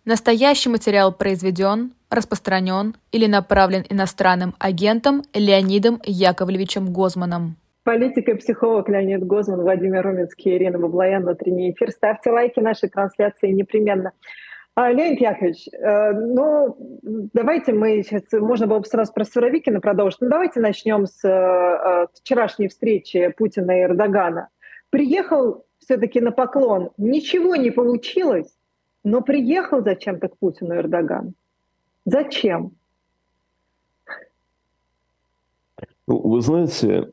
Настоящий материал произведен, распространен или направлен иностранным агентом Леонидом Яковлевичем Гозманом. Политик и психолог Леонид Гозман, Владимир Румянцкий, Ирина Баблоян, внутренний эфир. Ставьте лайки нашей трансляции непременно. Леонид Яковлевич, давайте мы сейчас, можно было бы сразу про Суровикина продолжить, но давайте начнем с вчерашней встречи Путина и Эрдогана. Приехал все-таки на поклон, ничего не получилось, но приехал зачем-то к Путину Эрдоган. Зачем? Вы знаете,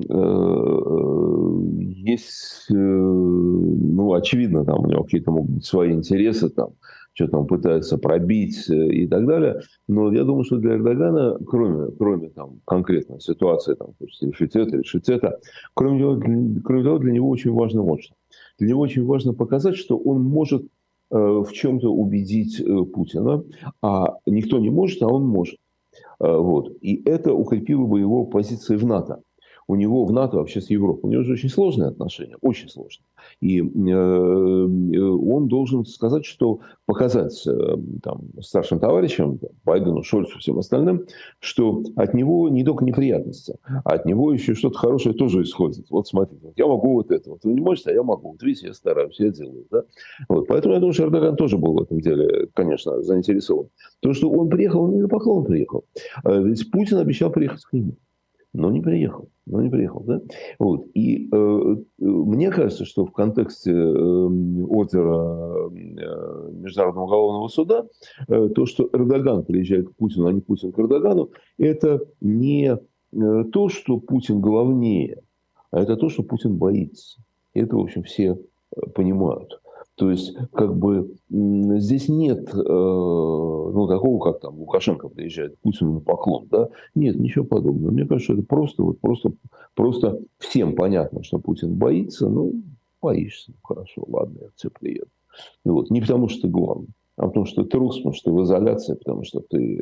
есть, очевидно, там у него какие-то могут быть свои интересы, там, что-то он пытается пробить и так далее. Но я думаю, что для Эрдогана, кроме там, конкретной ситуации, там, решить это, кроме того, для него очень важно вот что. Для него очень важно показать, что он может в чем-то убедить Путина, а никто не может, а он может. Вот. И это укрепило бы его позиции в НАТО. У него в НАТО вообще с Европой. У него же очень сложные отношения, очень сложные. И он должен сказать, что показать старшим товарищам, Байдену, Шольцу, всем остальным, что от него не только неприятности, а от него еще что-то хорошее тоже исходит. Вот смотрите, я могу вот это. Вот вы не можете, а я могу. Вот видите, я стараюсь, я делаю. Да? Вот. Поэтому я думаю, что Эрдоган тоже был в этом деле, конечно, заинтересован. То, что он приехал, он не на поклон приехал. Ведь Путин обещал приехать к нему. Но не приехал. Да? Вот. И мне кажется, что в контексте ордера Международного уголовного суда то, что Эрдоган приезжает к Путину, а не Путин к Эрдогану, это не то, что Путин главнее, а это то, что Путин боится. И это, в общем, все понимают. То есть, здесь нет такого, как там Лукашенко приезжает к Путину на поклон. Да? Нет, ничего подобного. Мне кажется, это просто всем понятно, что Путин боится. Боишься. Хорошо, ладно, я к тебе приеду. Вот. Не потому, что ты главный, а потому, что ты трус, потому что ты в изоляции, потому что ты,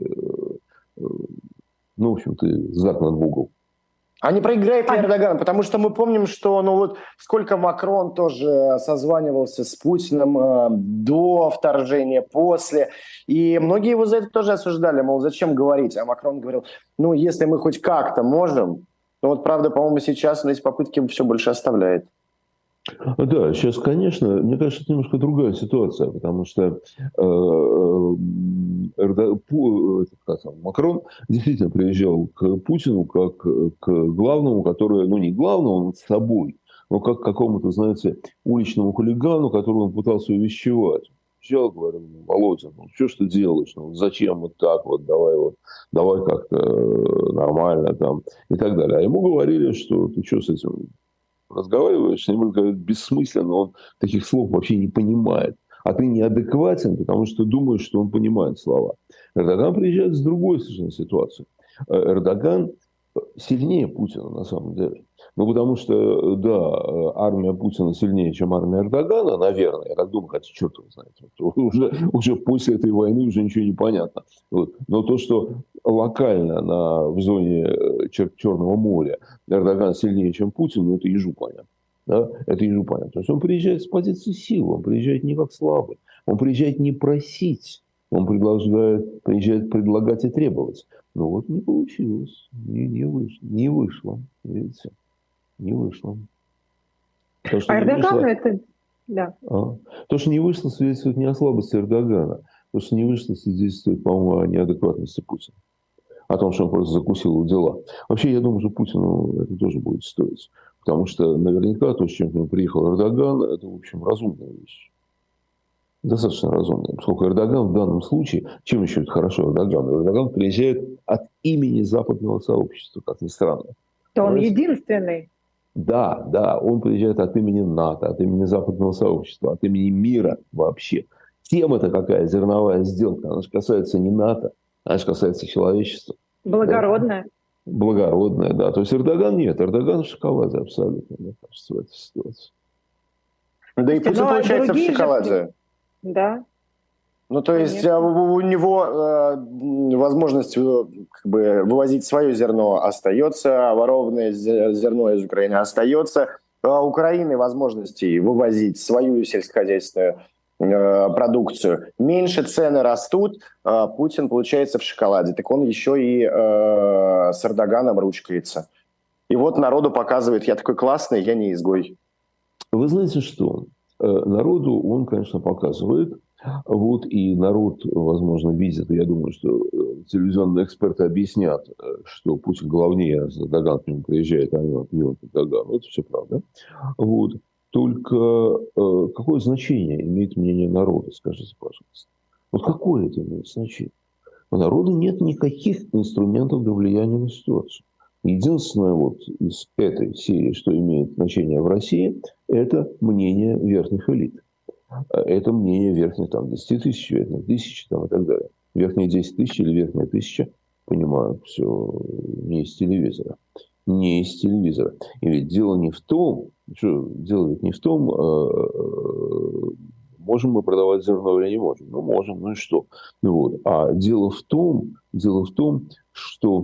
ты загнан в угол. А не проиграет ли Эрдоган? Потому что мы помним, что сколько Макрон тоже созванивался с Путиным до вторжения, после. И многие его за это тоже осуждали. Мол, зачем говорить? А Макрон говорил, если мы хоть как-то можем. Правда, по-моему, сейчас эти попытки все больше оставляет. Да, сейчас, конечно, мне кажется, это немножко другая ситуация, потому что Макрон действительно приезжал к Путину как к главному, который, не главному, он с собой, но как к какому-то, знаете, уличному хулигану, которого он пытался увещевать. Приезжал, говорил, Володя, что ж ты делаешь, зачем вот так вот, давай как-то нормально там и так далее. А ему говорили, что ты что с этим разговариваешь, с ним говорят, бессмысленно, он таких слов вообще не понимает. А ты неадекватен, потому что думаешь, что он понимает слова. Эрдоган приезжает с другой совершенно ситуацией. Эрдоган сильнее Путина на самом деле. Потому что, да, армия Путина сильнее, чем армия Эрдогана, наверное. Я так думаю, хотя черт его знает. Уже после этой войны уже ничего не понятно. Вот. Но то, что локально в зоне Черного моря Эрдоган сильнее, чем Путин, это ежу понятно. Да? Это ежу понятно. То есть он приезжает с позиции силы, он приезжает не как слабый. Он приезжает не просить, он приезжает предлагать и требовать. Но не получилось. Не вышло. Видите? Не вышло. То, что Эрдогану это... Да. То, что не вышло, свидетельствует не о слабости Эрдогана. То, что не вышло, свидетельствует, по-моему, о неадекватности Путина. О том, что он просто закусил дела. Вообще, я думаю, что Путину это тоже будет стоить. Потому что наверняка то, с чем к нему приехал Эрдоган, это, в общем, разумная вещь. Достаточно разумная. Поскольку Эрдоган в данном случае, чем еще это хорошо Эрдоган? Эрдоган приезжает от имени западного сообщества, как ни странно. То он единственный. Да, он приезжает от имени НАТО, от имени западного сообщества, от имени мира вообще. Тем это какая зерновая сделка. Она же касается не НАТО, она же касается человечества. Благородная. Да? Благородная, да. То есть Эрдоган нет. Эрдоган в шоколаде абсолютно, мне кажется, в этой ситуации. Да и Путин получается в шоколаде. Да. То есть у него возможность вывозить свое зерно остается, ворованное зерно из Украины остается. А Украины возможности вывозить свою сельскохозяйственную продукцию, меньше цены растут, Путин, получается, в шоколаде. Так он еще и с Эрдоганом ручкается. И вот народу показывает: я такой классный, я не изгой. Вы знаете что? Народу он, конечно, показывает. Вот, и народ, возможно, видит, и я думаю, что телевизионные эксперты объяснят, что Путин главнее, Эрдоган к нему приезжает, а не он к Эрдогану. Это все правда. Вот. Только какое значение имеет мнение народа, скажите, пожалуйста? Вот какое это имеет значение? У народа нет никаких инструментов для влияния на ситуацию. Единственное вот из этой серии, что имеет значение в России, это мнение верхних элит. Это мнение верхних 10 тысяч, верхних 1000 и так далее. Верхние 10 тысяч или верхняя 1000, понимаю, все не из телевизора. Не из телевизора. И ведь дело не в том, можем мы продавать зерно или не можем. Ну, можем, ну и что? Ну, вот. А дело в том, что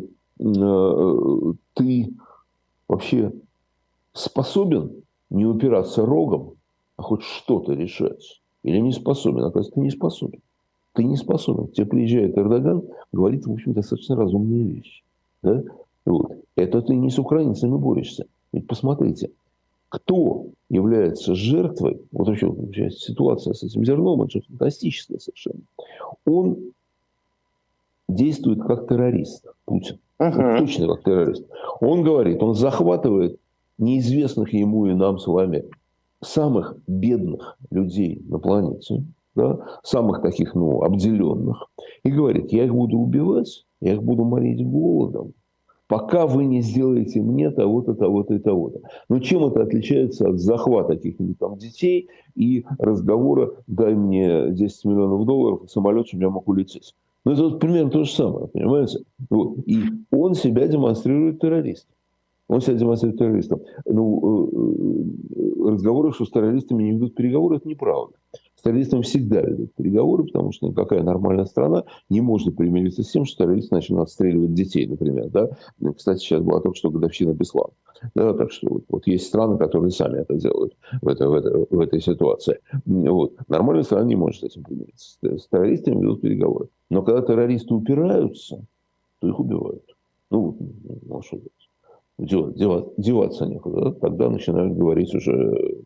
ты вообще способен не упираться рогом, а хоть что-то решать. Или не способен. Оказывается, ты не способен. Ты не способен. К тебе приезжает Эрдоган, говорит, в общем, достаточно разумные вещи. Да? Вот. Это ты не с украинцами борешься. Ведь посмотрите, кто является жертвой, вот вообще ситуация с этим зерном, это же фантастическая совершенно. Он действует как террорист, Путин. Точно как террорист. Он говорит, он захватывает неизвестных ему и нам с вами самых бедных людей на планете, да, самых таких, обделенных, и говорит, я их буду убивать, я их буду морить голодом, пока вы не сделаете мне того-то, того-то и того-то. Но чем это отличается от захвата каких-нибудь там детей и разговора «дай мне 10 миллионов долларов и самолет, чтобы я мог улететь». Ну, это вот примерно то же самое, понимаете? Вот. И он себя демонстрирует террористом. Он себя демонстрирует террористом. Разговоры, что с террористами не ведут переговоры, это неправда. С террористами всегда ведут переговоры, потому что никакая нормальная страна не может примириться с тем, что террористы начнут отстреливать детей, например. Да? Кстати, сейчас была только что годовщина Беслана. Да, так что вот есть страны, которые сами это делают в этой ситуации. Вот. Нормальная страна не может с этим примириться. С террористами ведут переговоры. Но когда террористы упираются, то их убивают. Ну что делать? Деваться некуда. Да? Тогда начинают говорить уже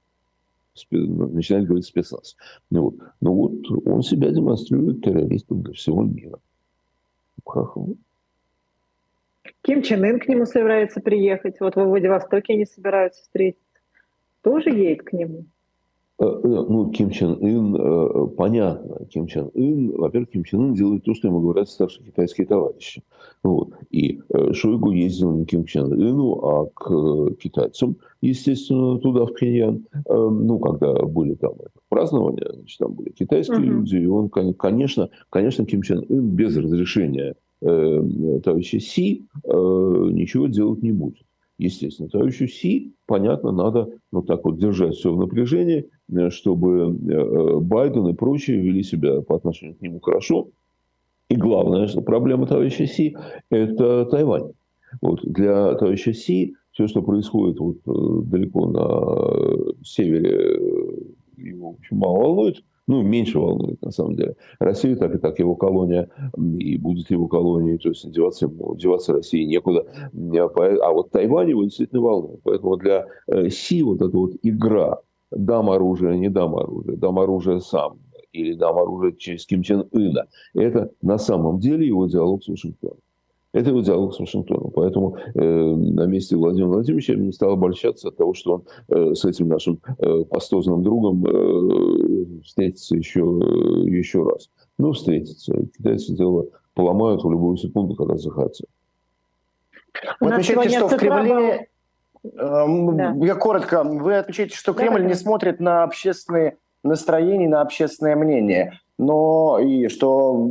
спецназ. Ну вот он себя демонстрирует террористом для всего мира. Хорошо. Ким Чен Ын к нему собирается приехать. Вот во Владивостоке они собираются встретиться. Тоже едет к нему? Ким Чен Ын, понятно. Во-первых, Ким Чен Ын делает то, что ему говорят старшие китайские товарищи. Вот. И Шойгу ездил не к Ким Чен Ыну, а к китайцам, естественно, туда, в Пхеньян. Когда были там празднования, значит, там были китайские люди, и он, конечно, Ким Чен Ын без разрешения товарища Си ничего делать не будет. Естественно, товарищу Си, понятно, надо держать все в напряжении, чтобы Байден и прочие вели себя по отношению к нему хорошо. И главная проблема товарища Си – это Тайвань. Вот для товарища Си все, что происходит далеко на севере, его, в общем, мало волнует. Меньше волнует, на самом деле. Россия так и так его колония, и будет его колонией, то есть деваться России некуда. А вот Тайвань его действительно волнует. Поэтому для Си эта игра «дам оружие, не дам оружие сам» или «дам оружие через Ким Чен Ына», это на самом деле его диалог с Вашингтоном. Это его диалог с Вашингтоном. Поэтому на месте Владимира Владимировича я не стал обольщаться от того, что он с этим нашим пастозным другом встретится еще раз. Встретится. Китайцы дело поломают в любую секунду, когда захотят. Вы отмечаете, что в Кремле... Я коротко. Вы отмечаете, что Кремль не смотрит на общественные настроения, на общественное мнение. Но и что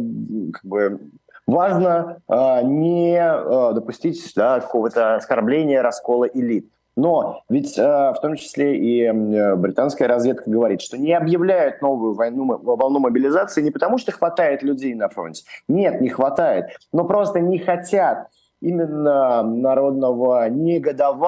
важно не допустить какого-то оскорбления, раскола элит. Но ведь в том числе и британская разведка говорит, что не объявляют новую волну мобилизации не потому, что хватает людей на фронте. Нет, не хватает. Но просто не хотят именно народного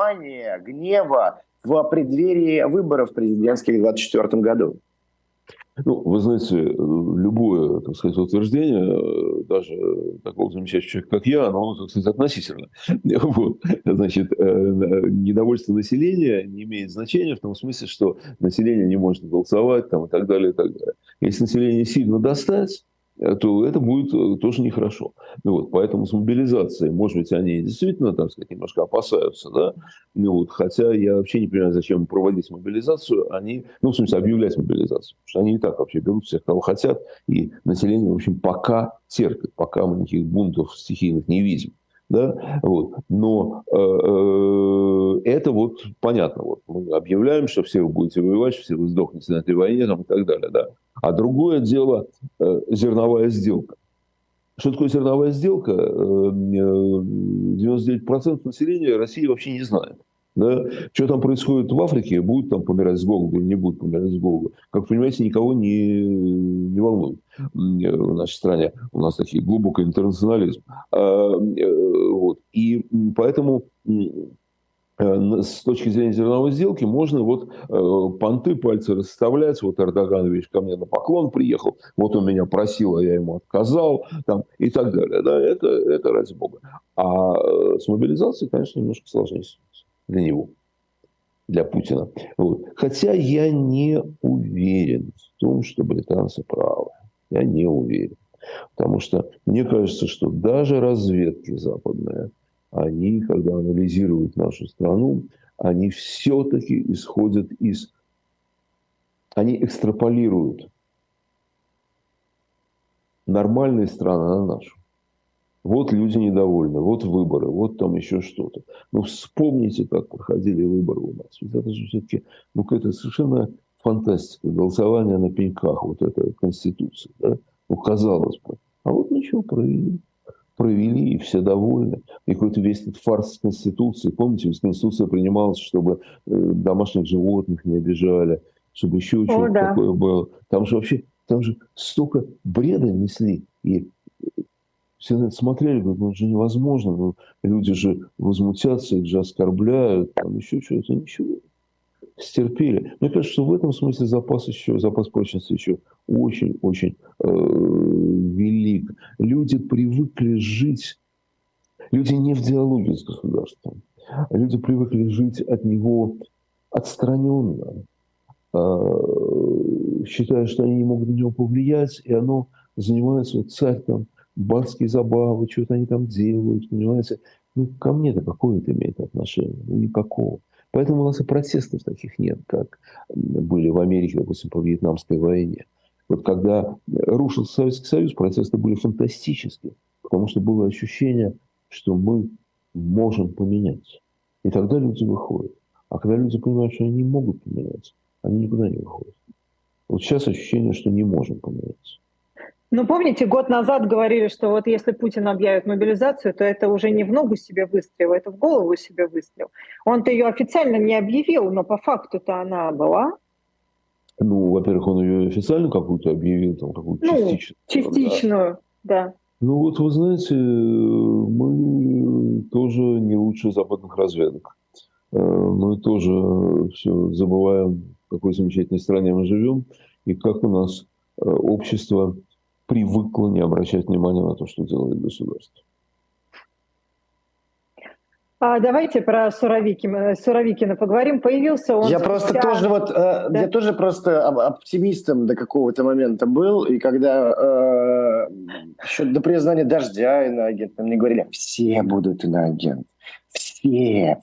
негодования, гнева в преддверии выборов президентских в 2024 году. Ну, вы знаете, любое, так сказать, утверждение, даже такого замечательного человека, как я, оно, так сказать, относительно. Вот. Значит, недовольство населения не имеет значения в том смысле, что население не может голосовать там, и так далее, и так далее. Если население сильно достать, то это будет тоже нехорошо. Ну, вот, поэтому с мобилизацией, может быть, они действительно, так сказать, немножко опасаются, да, ну, вот, хотя я вообще не понимаю, зачем проводить мобилизацию, они, ну, в смысле, объявлять мобилизацию, потому что они и так вообще берут всех, кого хотят, и население, в общем, пока терпит, пока мы никаких бунтов стихийных не видим. Да? Вот. Но это вот понятно. Вот. Мы объявляем, что все вы будете воевать, все вы сдохнете на этой войне там, и так далее. Да? А другое дело зерновая сделка. Что такое зерновая сделка? 99% населения России вообще не знает. Да? Что там происходит в Африке, будет там помирать с голоду или не будет помирать с голоду, как вы понимаете, никого не волнует в нашей стране. У нас такой глубокий интернационализм. Вот. И поэтому с точки зрения зерновой сделки можно вот понты, пальцы расставлять. Вот Эрдоган, видишь, ко мне на поклон приехал. Вот он меня просил, а я ему отказал. Там, и так далее. Да, это ради бога. А с мобилизацией, конечно, немножко сложнее для него, для Путина. Вот. Хотя я не уверен в том, что британцы правы. Я не уверен. Потому что мне кажется, что даже разведки западные, они, когда анализируют нашу страну, они все-таки исходят из... Они экстраполируют нормальные страны на нашу. Вот люди недовольны, вот выборы, вот там еще что-то. Но вспомните, как проходили выборы у нас. Ведь это же все-таки, ну, какая-то совершенно фантастика. Голосование на пеньках, вот эта Конституция. Да? Ну, казалось бы. А вот ничего, провели, и все довольны. И какой-то весь этот фарс с Конституцией. Помните, ведь Конституция принималась, чтобы домашних животных не обижали, чтобы еще что-то такое было. Там же вообще, там же столько бреда несли. И все на это смотрели, говорят, ну это же невозможно. Ну, люди же возмутятся, их же оскорбляют, там еще что-то. Ничего. Стерпели. Мне кажется, что в этом смысле запас прочности еще очень-очень велик. Люди привыкли жить, люди не в диалоге с государством, а люди привыкли жить от него отстраненно, считая, что они не могут на него повлиять, и оно занимается, вот царь там, барские забавы, что-то они там делают, понимаете. Ну, ко мне-то какое это имеет отношение? Ну, никакого. Поэтому у нас и протестов таких нет, как были в Америке, допустим, по Вьетнамской войне. Вот когда рушился Советский Союз, протесты были фантастические, потому что было ощущение, что мы можем поменяться. И тогда люди выходят. А когда люди понимают, что они не могут поменяться, они никуда не выходят. Вот сейчас ощущение, что не можем поменяться. Ну, помните, год назад говорили, что вот если Путин объявит мобилизацию, то это уже не в ногу себе выстрел, это в голову себе выстрел. Он-то ее официально не объявил, но по факту-то она была. Ну, во-первых, он ее официально какую-то объявил, там, какую-то частичную, да. Ну, вот вы знаете, мы тоже не лучше западных разведок. Мы тоже все забываем, в какой замечательной стране мы живем, и как у нас общество привыкло не обращать внимания на то, что делает государство. Давайте про Суровикина поговорим. Появился он... Я просто тоже вот, да? Я тоже просто оптимистом до какого-то момента был, и когда еще до признания Дождя иноагентом мне говорили, все будут иноагенты. Все.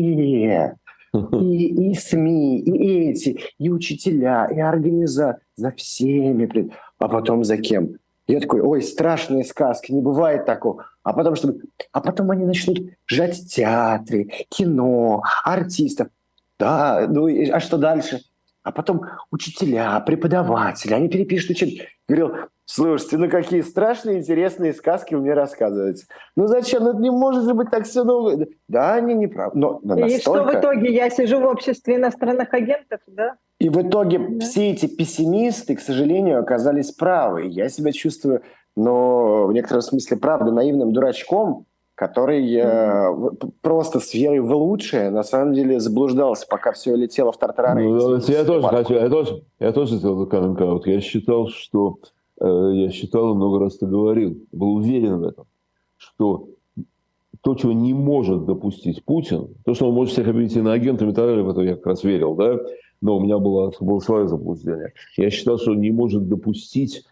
И СМИ, и эти, и учителя, и организаторы. За всеми. А потом за кем? Я такой, ой, страшные сказки, не бывает такого. А потом они начнут жать театры, кино, артистов. Да, ну а что дальше? А потом учителя, преподаватели, они перепишут учебники. Говорил, слушайте, ну какие страшные, интересные сказки вы мне рассказываете. Ну зачем? Ну это не может же быть так все новое. Да, они не правы. Но настолько... И что в итоге? Я сижу в обществе иностранных агентов, да? И в итоге все эти пессимисты, к сожалению, оказались правы. Я себя чувствую, но в некотором смысле, правда, наивным дурачком, который просто с верой в лучшее на самом деле заблуждался, пока все летело в тартарары. Ну, я тоже сделал каминг-аут. Я считал, и много раз это говорил, был уверен в этом, что то, чего не может допустить Путин, то, что он может всех объявить иноагентами и так далее, в это я как раз верил, да, но у меня было свое заблуждение. Я считал, что он не может допустить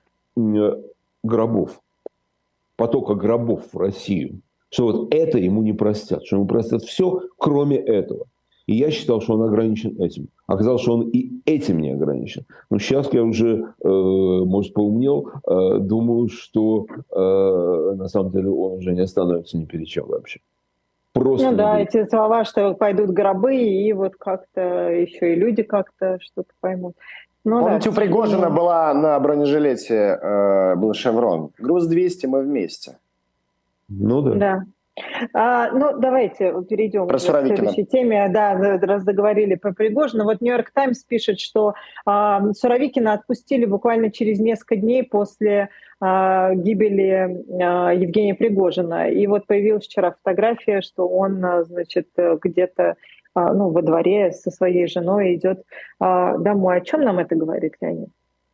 гробов, потока гробов в Россию, что вот это ему не простят, что ему простят все, кроме этого. И я считал, что он ограничен этим. Оказалось, что он и этим не ограничен. Но сейчас я уже, может, поумнел, думаю, что на самом деле он уже не остановится ни перед чем вообще. Просто ну да, эти слова, что пойдут гробы, и вот как-то еще и люди как-то что-то поймут. Ну, помните, да, у Пригожина была на бронежилете был шеврон. Груз 200, мы вместе. Ну да. Да. Ну, давайте перейдем к следующей теме. Да, раз заговорили про Пригожина. Вот Нью-Йорк Таймс пишет, что Суровикина отпустили буквально через несколько дней после гибели Евгения Пригожина. И вот появилась вчера фотография, что он, значит, где-то во дворе со своей женой идет домой. О чем нам это говорит, Леонид?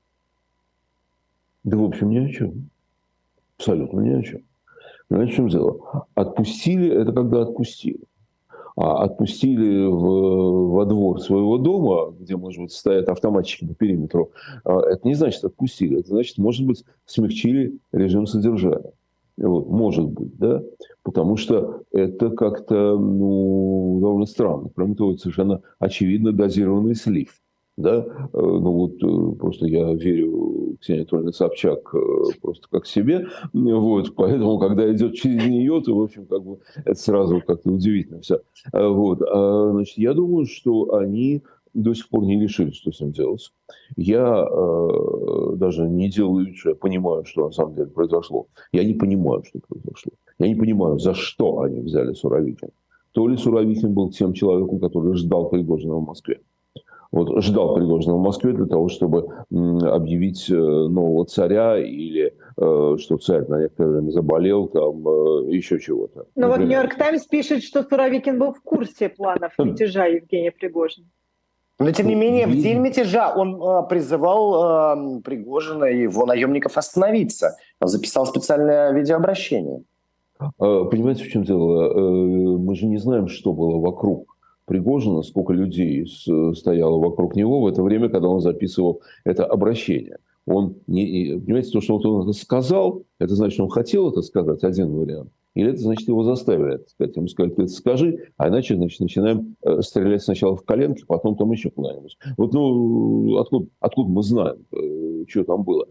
Да, в общем, ни о чем. Абсолютно ни о чем. Понимаете, в чем дело? Отпустили – это когда отпустили. А отпустили во двор своего дома, где, может быть, стоят автоматчики по периметру, это не значит отпустили. Это значит, может быть, смягчили режим содержания. Вот, может быть, да? Потому что это как-то довольно странно. Кроме того, это совершенно очевидно дозированный слив. Да? Просто я верю Ксении Анатольевне Собчак просто как себе. Вот, поэтому, когда идет через нее, то, в общем, как бы это сразу как-то удивительно все. Вот. Значит, я думаю, что они до сих пор не решили, что с ним делать. Я даже не делаю вид, что я понимаю, что на самом деле произошло. Я не понимаю, что произошло. Я не понимаю, за что они взяли Суровикина. То ли Суровикин был тем человеком, который ждал Пригожина в Москве. Вот, ждал Пригожина в Москве для того, чтобы объявить нового царя или что царь на некоторое время заболел, там еще чего-то. Ну вот Нью-Йорк Таймс пишет, что Суровикин был в курсе планов мятежа Евгения Пригожина. Но, тем не менее, в день мятежа он призывал Пригожина и его наемников остановиться. Он записал специальное видеообращение. Понимаете, в чем дело? Мы же не знаем, что было вокруг Пригожина, сколько людей стояло вокруг него в это время, когда он записывал это обращение. Он понимаете, то, что он это сказал, это значит, что он хотел это сказать, один вариант. Или это значит, его заставили это сказать. Ему сказали, ты это скажи, а иначе, значит, начинаем стрелять сначала в коленки, потом там еще куда-нибудь. Вот, откуда мы знаем, что там было?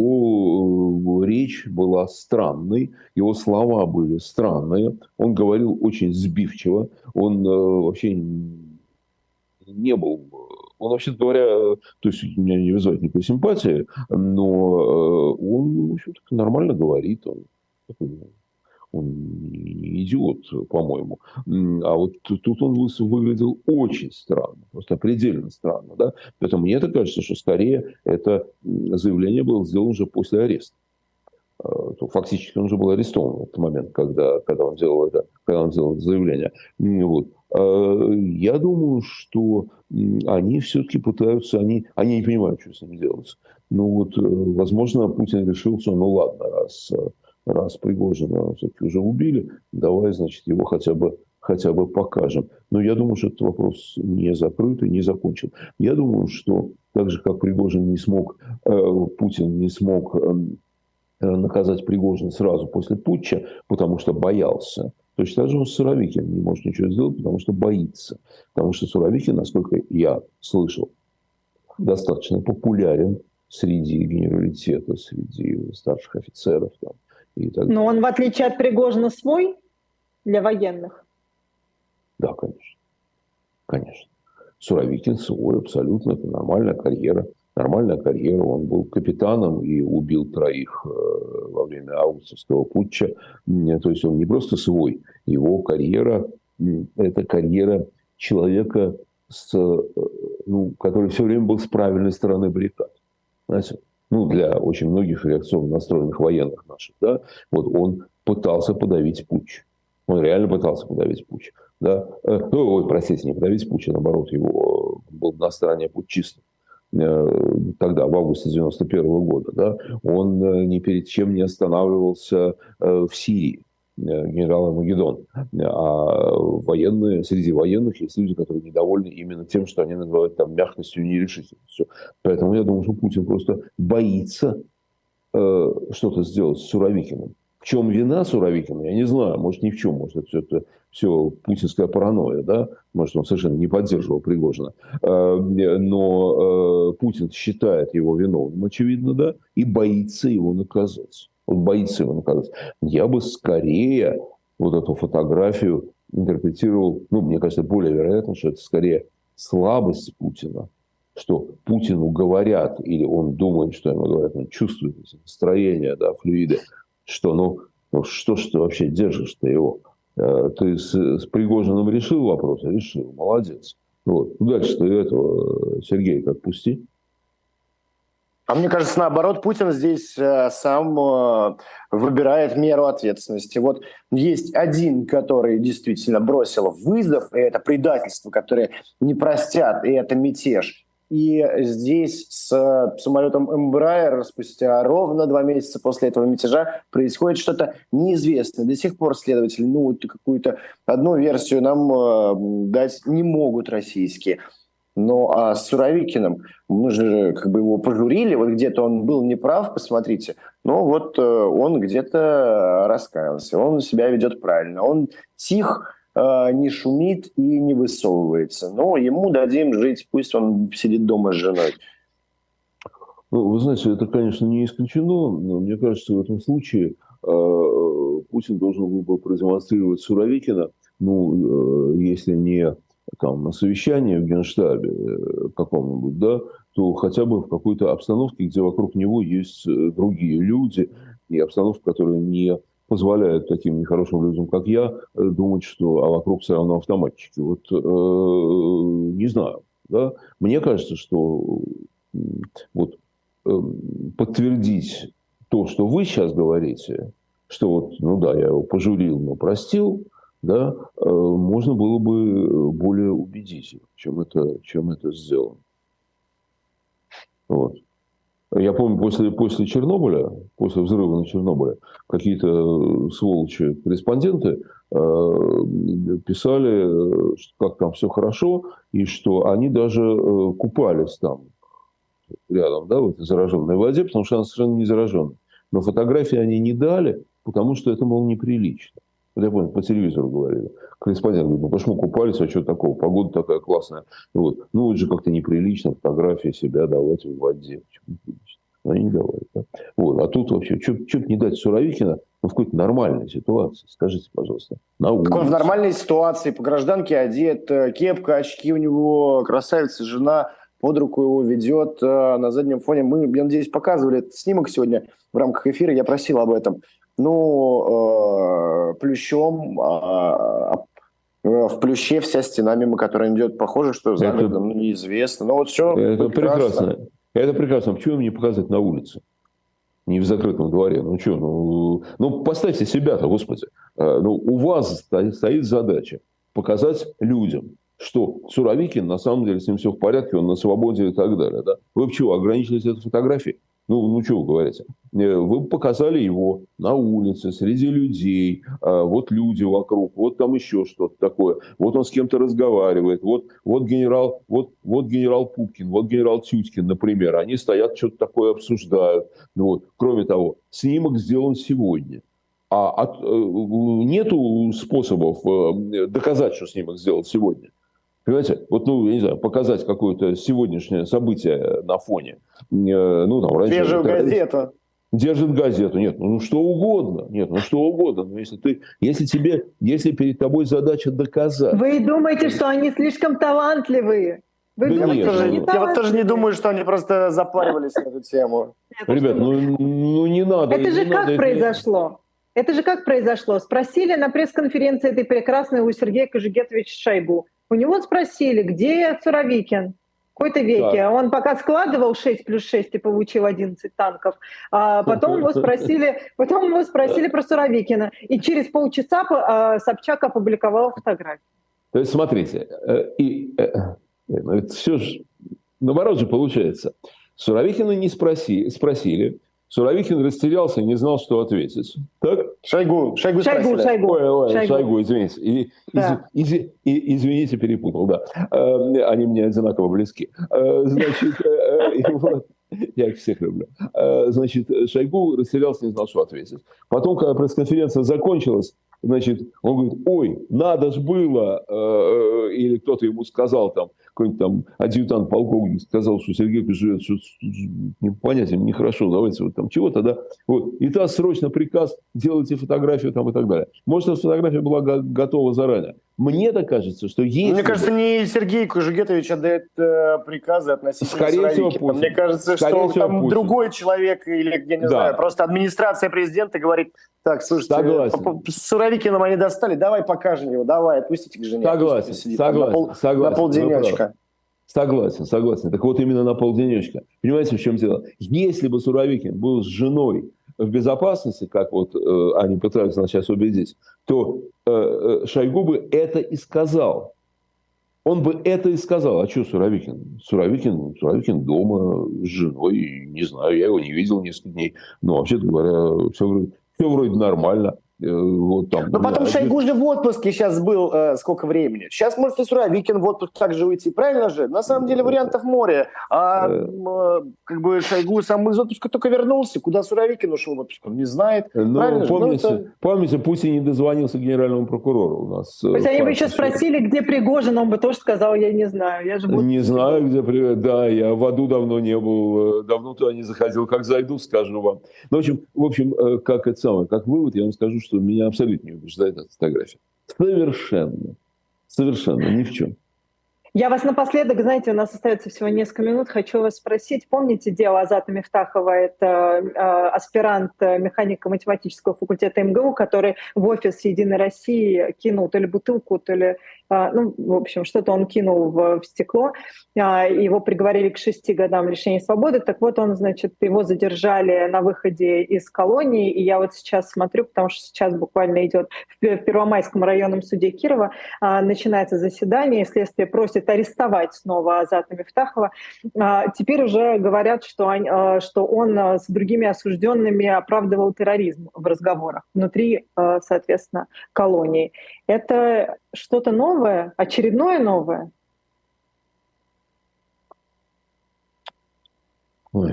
Его речь была странной, его слова были странные, он говорил очень сбивчиво, он вообще не был... Он, вообще-то говоря, то есть меня не вызывает никакой симпатии, но он, в общем-то, нормально говорит, он не идиот, по-моему. А вот тут он выглядел очень странно, просто определенно странно. Да? Поэтому мне это кажется, что скорее это заявление было сделано уже после ареста. Фактически он уже был арестован в этот момент, когда он делал это заявление. Вот. Я думаю, что они все-таки пытаются, они не понимают, что с ним делать. Возможно, Путин решил, что ладно, раз Пригожина все-таки уже убили, давай, значит, его хотя бы покажем. Но я думаю, что этот вопрос не закрыт и не закончен. Я думаю, что так же, как Пригожин не смог, Путин не смог наказать Пригожина сразу после путча, потому что боялся. Точно так же он с Суровикиным не может ничего сделать, потому что боится. Потому что Суровикин, насколько я слышал, достаточно популярен среди генералитета, среди старших офицеров. Там, и так далее. Но он, в отличие от Пригожина, свой для военных? Да, конечно. Конечно. Суровикин свой, абсолютно. Это нормальная карьера. Нормальная карьера. Он был капитаном и убил 3 во время августовского путча. То есть он не просто свой. Его карьера – это карьера человека, который все время был с правильной стороны баррикад. Знаете? Для очень многих реакционно настроенных военных наших. Да? Вот он пытался подавить путч. Он реально пытался подавить путч. Да? Простите, не подавить путч, а наоборот, его был на стороне путчистов. Тогда, в августе 91 года, да, он ни перед чем не останавливался в Сирии, генерал Магеддон. А среди военных есть люди, которые недовольны именно тем, что они называют там мягкостью и нерешительностью. Поэтому я думаю, что Путин просто боится что-то сделать с Суровикиным. В чем вина Суровикина, я не знаю. Может, ни в чем. Может, это все путинская паранойя. Да? Может, он совершенно не поддерживал Пригожина. Но Путин считает его виновным, очевидно, да, и боится его наказать. Он боится его наказать. Я бы скорее вот эту фотографию интерпретировал, мне кажется, более вероятно, что это скорее слабость Путина, что Путину говорят, или он думает, что ему говорят, он чувствует эти настроения, да, флюиды, что, что ж ты вообще держишь-то его? Ты с Пригожиным решил вопрос? Решил, молодец. Вот. Дальше ты этого Сергея отпусти. А мне кажется, наоборот, Путин здесь сам выбирает меру ответственности. Вот есть один, который действительно бросил вызов, и это предательство, которое не простят, и это мятеж. И здесь с самолетом Embraer спустя ровно 2 месяца после этого мятежа происходит что-то неизвестное. До сих пор следователи какую-то одну версию нам дать не могут российские. Ну, а с Суровикиным мы же его пожурили, вот где-то он был неправ, посмотрите. Но вот он где-то раскаялся, он себя ведет правильно. Он тих, не шумит и не высовывается. Но ему дадим жить, пусть он сидит дома с женой. Вы знаете, это, конечно, не исключено, но мне кажется, в этом случае Путин должен был бы продемонстрировать Суровикина, если не там, на совещании в Генштабе каком-нибудь, да, то хотя бы в какой-то обстановке, где вокруг него есть другие люди, и обстановка, которая не позволяет таким нехорошим людям, как я, думать, что вокруг все равно автоматчики. Вот не знаю. Да? Мне кажется, что подтвердить то, что вы сейчас говорите, что я его пожурил, но простил, да, можно было бы более убедительно, чем это сделано. Вот. Я помню, после Чернобыля, после взрыва на Чернобыле, какие-то сволочи-корреспонденты писали, как там все хорошо, и что они даже купались там рядом, да, в этой зараженной воде, потому что она совершенно не зараженная. Но фотографии они не дали, потому что это, мол, неприлично. Вот я помню, по телевизору говорили. Корреспондент говорит, почему купались, а что такого? Погода такая классная. Вот. Это же как-то неприлично фотографии себя давать в воде. Но они не давали. Да? Вот. А тут вообще, что не дать Суровикина в какой-то нормальной ситуации? Скажите, пожалуйста. На улице. Так он в нормальной ситуации, по гражданке одет, кепка, очки у него, красавица, жена под руку его ведет на заднем фоне. Мы, я надеюсь, показывали этот снимок сегодня в рамках эфира, я просил об этом. Плющом, в плюще вся стена, мимо которой он идет, похоже, что за городом, неизвестно. Но вот все это прекрасно. Это прекрасно. Почему им не показать на улице? Не в закрытом дворе. Поставьте себя-то, Господи. У вас стоит задача показать людям, что Суровикин, на самом деле, с ним все в порядке, он на свободе и так далее. Да? Вы чего, ограничились этой фотографией? Что вы говорите? Вы показали его на улице, среди людей, вот люди вокруг, вот там еще что-то такое, вот он с кем-то разговаривает, вот генерал Пупкин, вот генерал Тютькин, например, они стоят, что-то такое обсуждают. Кроме того, снимок сделан сегодня. Нету способов доказать, что снимок сделан сегодня. Понимаете, я не знаю, показать какое-то сегодняшнее событие на фоне. Свежую газету. Держит газету. Нет, что угодно. Нет, что угодно. Но если перед тобой задача доказать. Вы думаете, что они слишком талантливые? Я вот тоже не думаю, что они просто запаривались на эту тему. Ребят, не надо. Это же как произошло? Это же как произошло? Спросили на пресс-конференции этой прекрасной у Сергея Кожегетовича Шойгу. У него спросили, где Суровикин? какой-то веке. Так. Он пока складывал 6 плюс 6 и получил 11 танков. А потом его спросили про Суровикина. И через полчаса Собчак опубликовал фотографию. То есть, смотрите, это все же наоборот же получается. Суровикина не спросили. Суровикин растерялся и не знал, что ответить. Так? Шойгу спросили. Шойгу, извините. Извините, перепутал, да. Они мне одинаково близки. Значит, я их всех люблю. Значит, Шойгу растерялся, не знал, что ответить. Потом, когда пресс-конференция закончилась, значит, он говорит, ой, надо ж было, или кто-то ему сказал, там, какой-нибудь там адъютант полковник сказал, что Сергей живет, что понятием нехорошо, давайте вот там чего-то, да. Вот. И та срочно приказ, делайте фотографию там и так далее. Может, эта фотография была готова заранее. Мне-то кажется, что есть... Мне кажется, не Сергей Кужугетович отдает приказы относительно Суровикина. Мне кажется, что там Путин. Другой человек, или, я не знаю, просто администрация президента говорит, так, слушайте, с Суровикиным они достали, давай покажем его, давай, отпустите к жене. Согласен. На полденечка. Согласен. Так вот именно на полденечка. Понимаете, в чем дело? Если бы Суровикин был с женой в безопасности, как вот они пытаются нас сейчас убедить, то Шойгу бы это и сказал. Он бы это и сказал. А что Суровикин? Суровикин дома с женой, не знаю, я его не видел несколько дней. Но вообще-то говоря, все вроде нормально. Вот там, но потом Шойгу же в отпуске сейчас был сколько времени. Сейчас может и Суровикин в отпуск также уйти. Правильно же? На самом деле вариантов море. Как бы Шойгу сам из отпуска только вернулся. Куда Суровикин ушел в отпуск? Он не знает. Помните, Путин не дозвонился генеральному прокурору у нас. То есть они бы еще спросили, где Пригожин, он бы тоже сказал, я не знаю. Не знаю, где Пригожин. Да, я в аду давно не был. Давно туда не заходил. Как зайду, скажу вам. Ну, в общем, как вывод, я вам скажу, что меня абсолютно не убеждает эта фотография. Совершенно ни в чем. Я вас напоследок, знаете, у нас остается всего несколько минут, хочу вас спросить. Помните дело Азата Мифтахова? Это аспирант механико-математического факультета МГУ, который в офис Единой России кинул то ли бутылку, то ли... в общем, что-то он кинул в стекло. Его приговорили к 6 годам лишения свободы. Так вот, его задержали на выходе из колонии. И я вот сейчас смотрю, потому что сейчас буквально идет в Первомайском районном суде Кирова, начинается заседание, следствие просит арестовать снова Азата Мифтахова. Теперь уже говорят, что он с другими осужденными оправдывал терроризм в разговорах внутри, соответственно, колонии. Это что-то новое, очередное новое? Ой.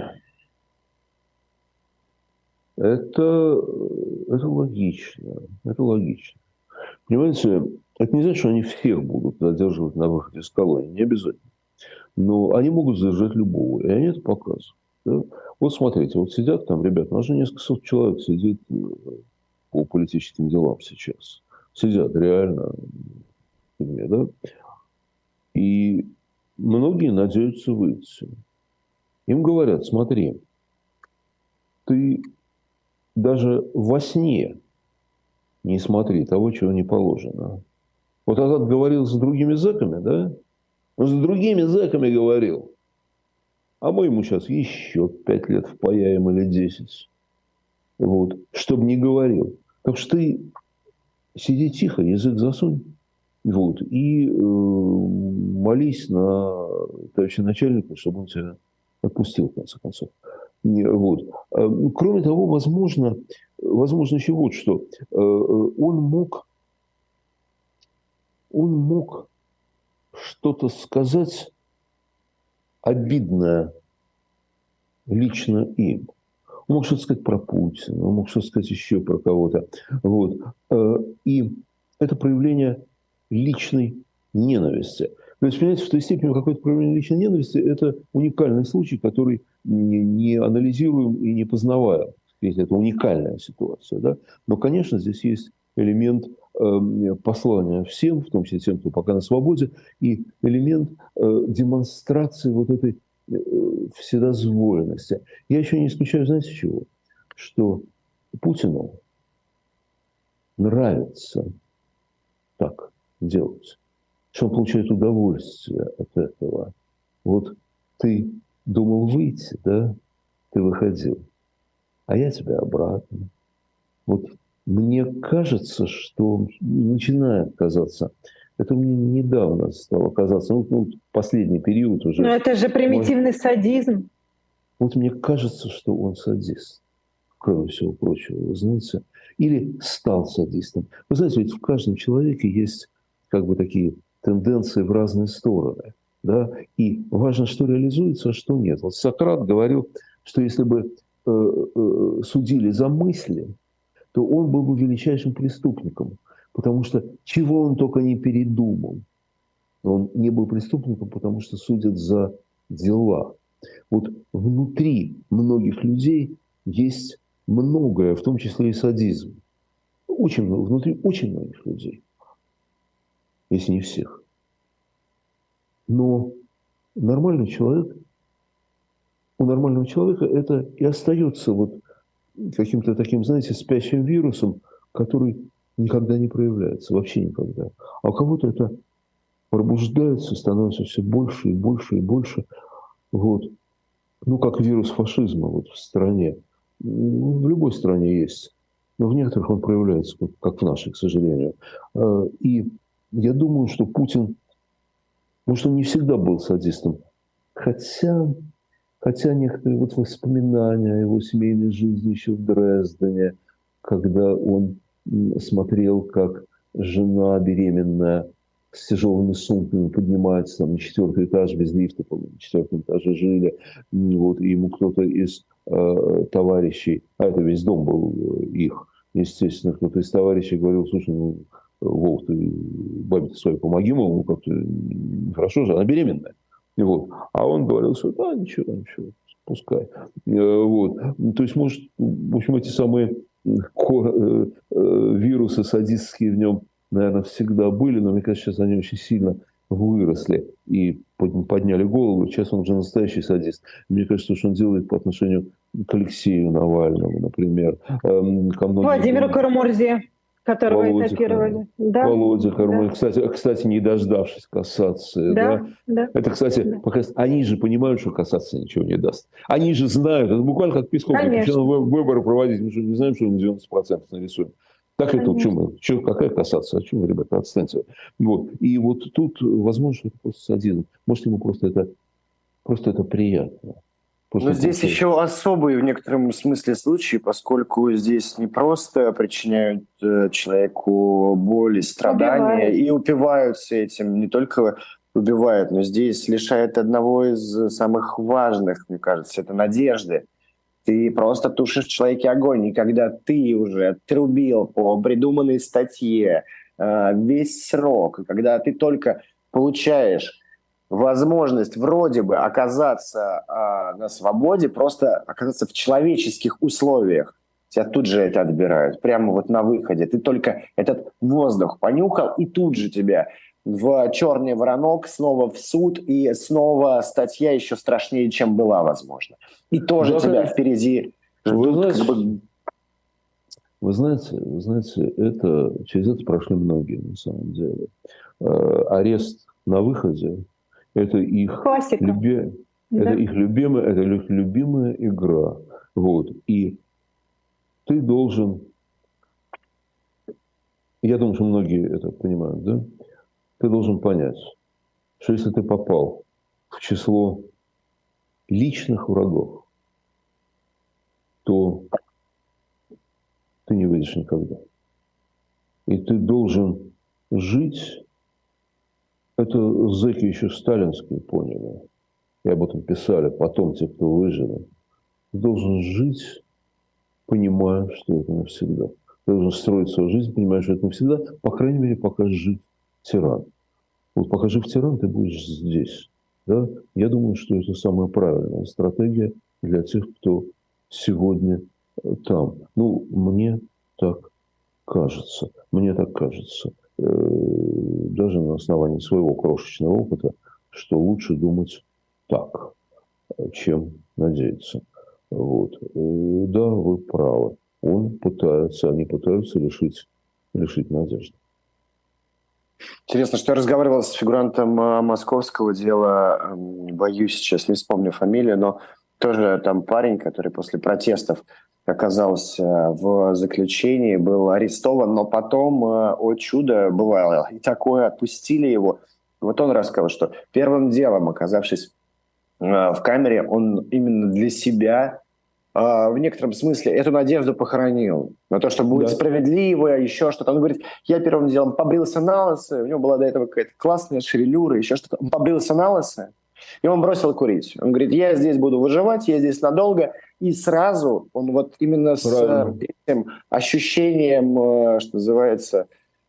Это логично. Понимаете, это не значит, что они всех будут задерживать на выходе из колонии. Не обязательно. Но они могут задержать любого. И они это показывают. Да? Вот смотрите, вот сидят там, ребята, у нас же несколько сот человек сидит по политическим делам сейчас. Сидят реально в тюрьме, да? И многие надеются выйти. Им говорят, смотри, ты даже во сне не смотри того, чего не положено. Вот Азат говорил с другими зэками, да? Он с другими зэками говорил. А мы ему сейчас еще 5 лет впаяем или 10. Вот. Чтобы не говорил. Так что ты сиди тихо, язык засунь. Вот. И молись на товарища начальника, чтобы он тебя отпустил, в конце концов. Вот. Кроме того, возможно еще вот что. Он мог что-то сказать обидное лично им. Он мог что-то сказать про Путина, он мог что-то сказать еще про кого-то. Вот. И это проявление личной ненависти. То есть, понимаете, в той степени какое-то проявление личной ненависти – это уникальный случай, который не анализируем и не познаваем. Это уникальная ситуация. Да? Но, конечно, здесь есть элемент послания всем, в том числе тем, кто пока на свободе, и элемент демонстрации вот этой вседозволенности. Я еще не исключаю, знаете чего? Что Путину нравится так делать, что он получает удовольствие от этого. вот ты думал выйти, да, ты выходил, а я тебя обратно. Вот мне кажется, что начинает казаться, это мне недавно стало казаться, последний период Но уже. это же примитивный садизм. Вот мне кажется, что он садист, кроме всего прочего, вы знаете, или стал садистом. Вы знаете, ведь в каждом человеке есть как бы такие тенденции в разные стороны, да, и важно, что реализуется, а что нет. Вот Сократ говорил, что если бы судили за мысли, то он был бы величайшим преступником, потому что чего он только не передумал. Он не был преступником, потому что судят за дела. Вот внутри многих людей есть многое, в том числе и садизм. Очень много, внутри очень многих людей, если не всех. Но нормальный человек, у нормального человека это и остается вот каким-то таким, знаете, спящим вирусом, который никогда не проявляется, вообще никогда. А у кого-то это пробуждается, становится все больше и больше и больше. Вот. Ну, как вирус фашизма вот в стране. В любой стране есть. Но в некоторых он проявляется, как в нашей, к сожалению. И я думаю, что Путин, может, он не всегда был садистом, хотя некоторые вот воспоминания о его семейной жизни еще в Дрездене, когда он смотрел, как жена беременная с тяжелыми сумками поднимается там, на 4-й этаж, без лифта, по-моему, на 4-м этаже жили, вот, и ему кто-то из товарищей, а это весь дом был их, естественно, кто-то из товарищей говорил: слушай, ну, Вов, ты бабе своей помоги, мол, ну, как-то хорошо же, она беременная. Вот. А он говорил, что да, ничего, пускай. Вот. То есть, может, в общем, эти самые вирусы садистские в нем, наверное, всегда были, но мне кажется, сейчас они очень сильно выросли и подняли голову. Сейчас он уже настоящий садист. Мне кажется, что он делает по отношению к Алексею Навальному, например. Ко многим Владимиру Карамурзе, которого Володя, этапировали. Да, Володя Карамурзе, да. кстати, не дождавшись кассации. Да? Да. Это, кстати, Да. они же понимают, что кассация ничего не даст. Они же знают, это буквально как Песков, почему выборы проводить, мы же не знаем, что он 90% нарисуем. Так это, какая кассация? О чем вы, ребята, отстаньте. Вот. И вот тут, возможно, что это просто садизм. Может, ему просто это приятно. Но здесь еще особый в некотором смысле случай, поскольку здесь не просто причиняют человеку боль и страдания и упиваются этим, не только убивают, но здесь лишают одного из самых важных, мне кажется, это надежды. Ты просто тушишь в человеке огонь, и когда ты уже отрубил по придуманной статье весь срок, и когда ты только получаешь возможность вроде бы оказаться на свободе, просто оказаться в человеческих условиях, тебя тут же это отбирают, прямо вот на выходе. Ты только этот воздух понюхал, и тут же тебя в черный воронок, снова в суд, и снова статья еще страшнее, чем была, возможно. И тоже да, тебя впереди ждут. Вы знаете, через это прошли многие, на самом деле. Арест на выходе – это их любимая игра. Вот. И ты должен... Я думаю, что многие это понимают, да? Ты должен понять, что если ты попал в число личных врагов, то ты не выйдешь никогда. И ты должен жить. Это зэки еще сталинские поняли. И об этом писали потом те, кто выжили. Ты должен жить, понимая, что это навсегда. Ты должен строить свою жизнь, понимая, что это навсегда. По крайней мере, пока жив тиран. Вот пока жив тиран, ты будешь здесь. Да? Я думаю, что это самая правильная стратегия для тех, кто сегодня там. Ну, мне так кажется. Даже на основании своего крошечного опыта, что лучше думать так, чем надеяться. Вот. Да, вы правы. Они пытаются лишить надежды. Интересно, что я разговаривал с фигурантом московского дела, боюсь, сейчас не вспомню фамилию, но тоже там парень, который после протестов оказался в заключении, был арестован, но потом, о чудо, бывало и такое, отпустили его. Вот он рассказал, что первым делом, оказавшись в камере, он именно для себя в некотором смысле эту надежду похоронил. На то, что будет справедливо, еще что-то. Он говорит, я первым делом побрился на лысо, у него была до этого какая-то классная шевелюра, еще что-то. Он побрился на лысо, и он бросил курить. Он говорит, я здесь буду выживать, я здесь надолго. И сразу он вот именно с этим ощущением, что называется...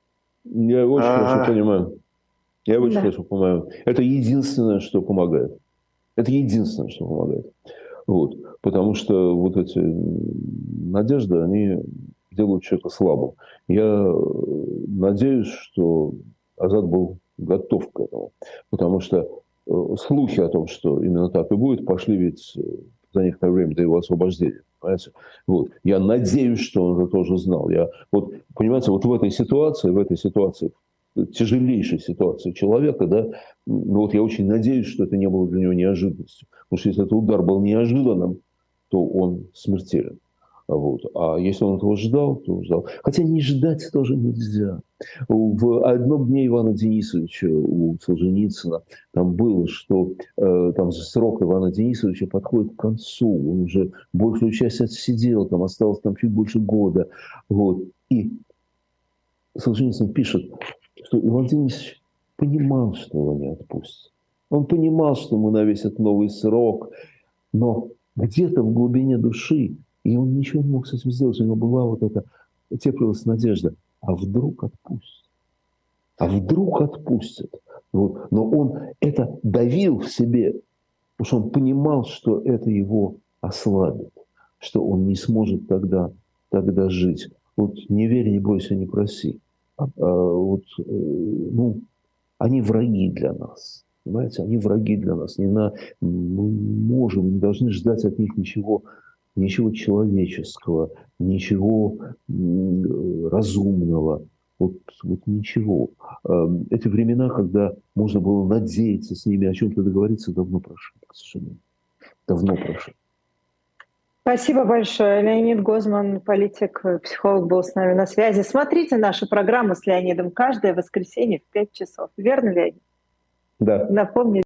Я очень хорошо понимаю. Я очень хорошо понимаю. Это единственное, что помогает. Это единственное, что помогает. Вот. Потому что вот эти надежды, они делают человека слабым. Я надеюсь, что Азат был готов к этому. Потому что слухи о том, что именно так и будет, пошли ведь за некоторое время до его освобождения. Понимаете? Вот. Я надеюсь, что он это тоже знал. Вот, понимаете, вот в этой ситуации, тяжелейшей ситуации человека, да, вот я очень надеюсь, что это не было для него неожиданностью. Потому что если этот удар был неожиданным, то он смертелен. Вот. А если он этого ждал, то ждал. Хотя не ждать тоже нельзя. В одном дне Ивана Денисовича у Солженицына там было, что там срок Ивана Денисовича подходит к концу. Он уже большую часть отсидел, там осталось там чуть больше года. Вот. И Солженицын пишет, что Иван Денисович понимал, что его не отпустят. Он понимал, что ему навесят новый срок, но где-то в глубине души, и он ничего не мог с этим сделать, у него была вот эта, теплилась надежда, а вдруг отпустят? А вдруг отпустят? Вот. Но он это давил в себе, потому что он понимал, что это его ослабит, что он не сможет тогда жить. Вот не верь, не бойся, не проси. Они враги для нас. Понимаете, они враги для нас. Мы не должны ждать от них ничего человеческого, ничего разумного. Вот ничего. Эти времена, когда можно было надеяться с ними о чем-то договориться, давно прошли, к сожалению. Давно прошли. Спасибо большое. Леонид Гозман, политик, психолог, был с нами на связи. Смотрите нашу программу с Леонидом каждое воскресенье в 5 часов. Верно, Леонид? Да. Напомню.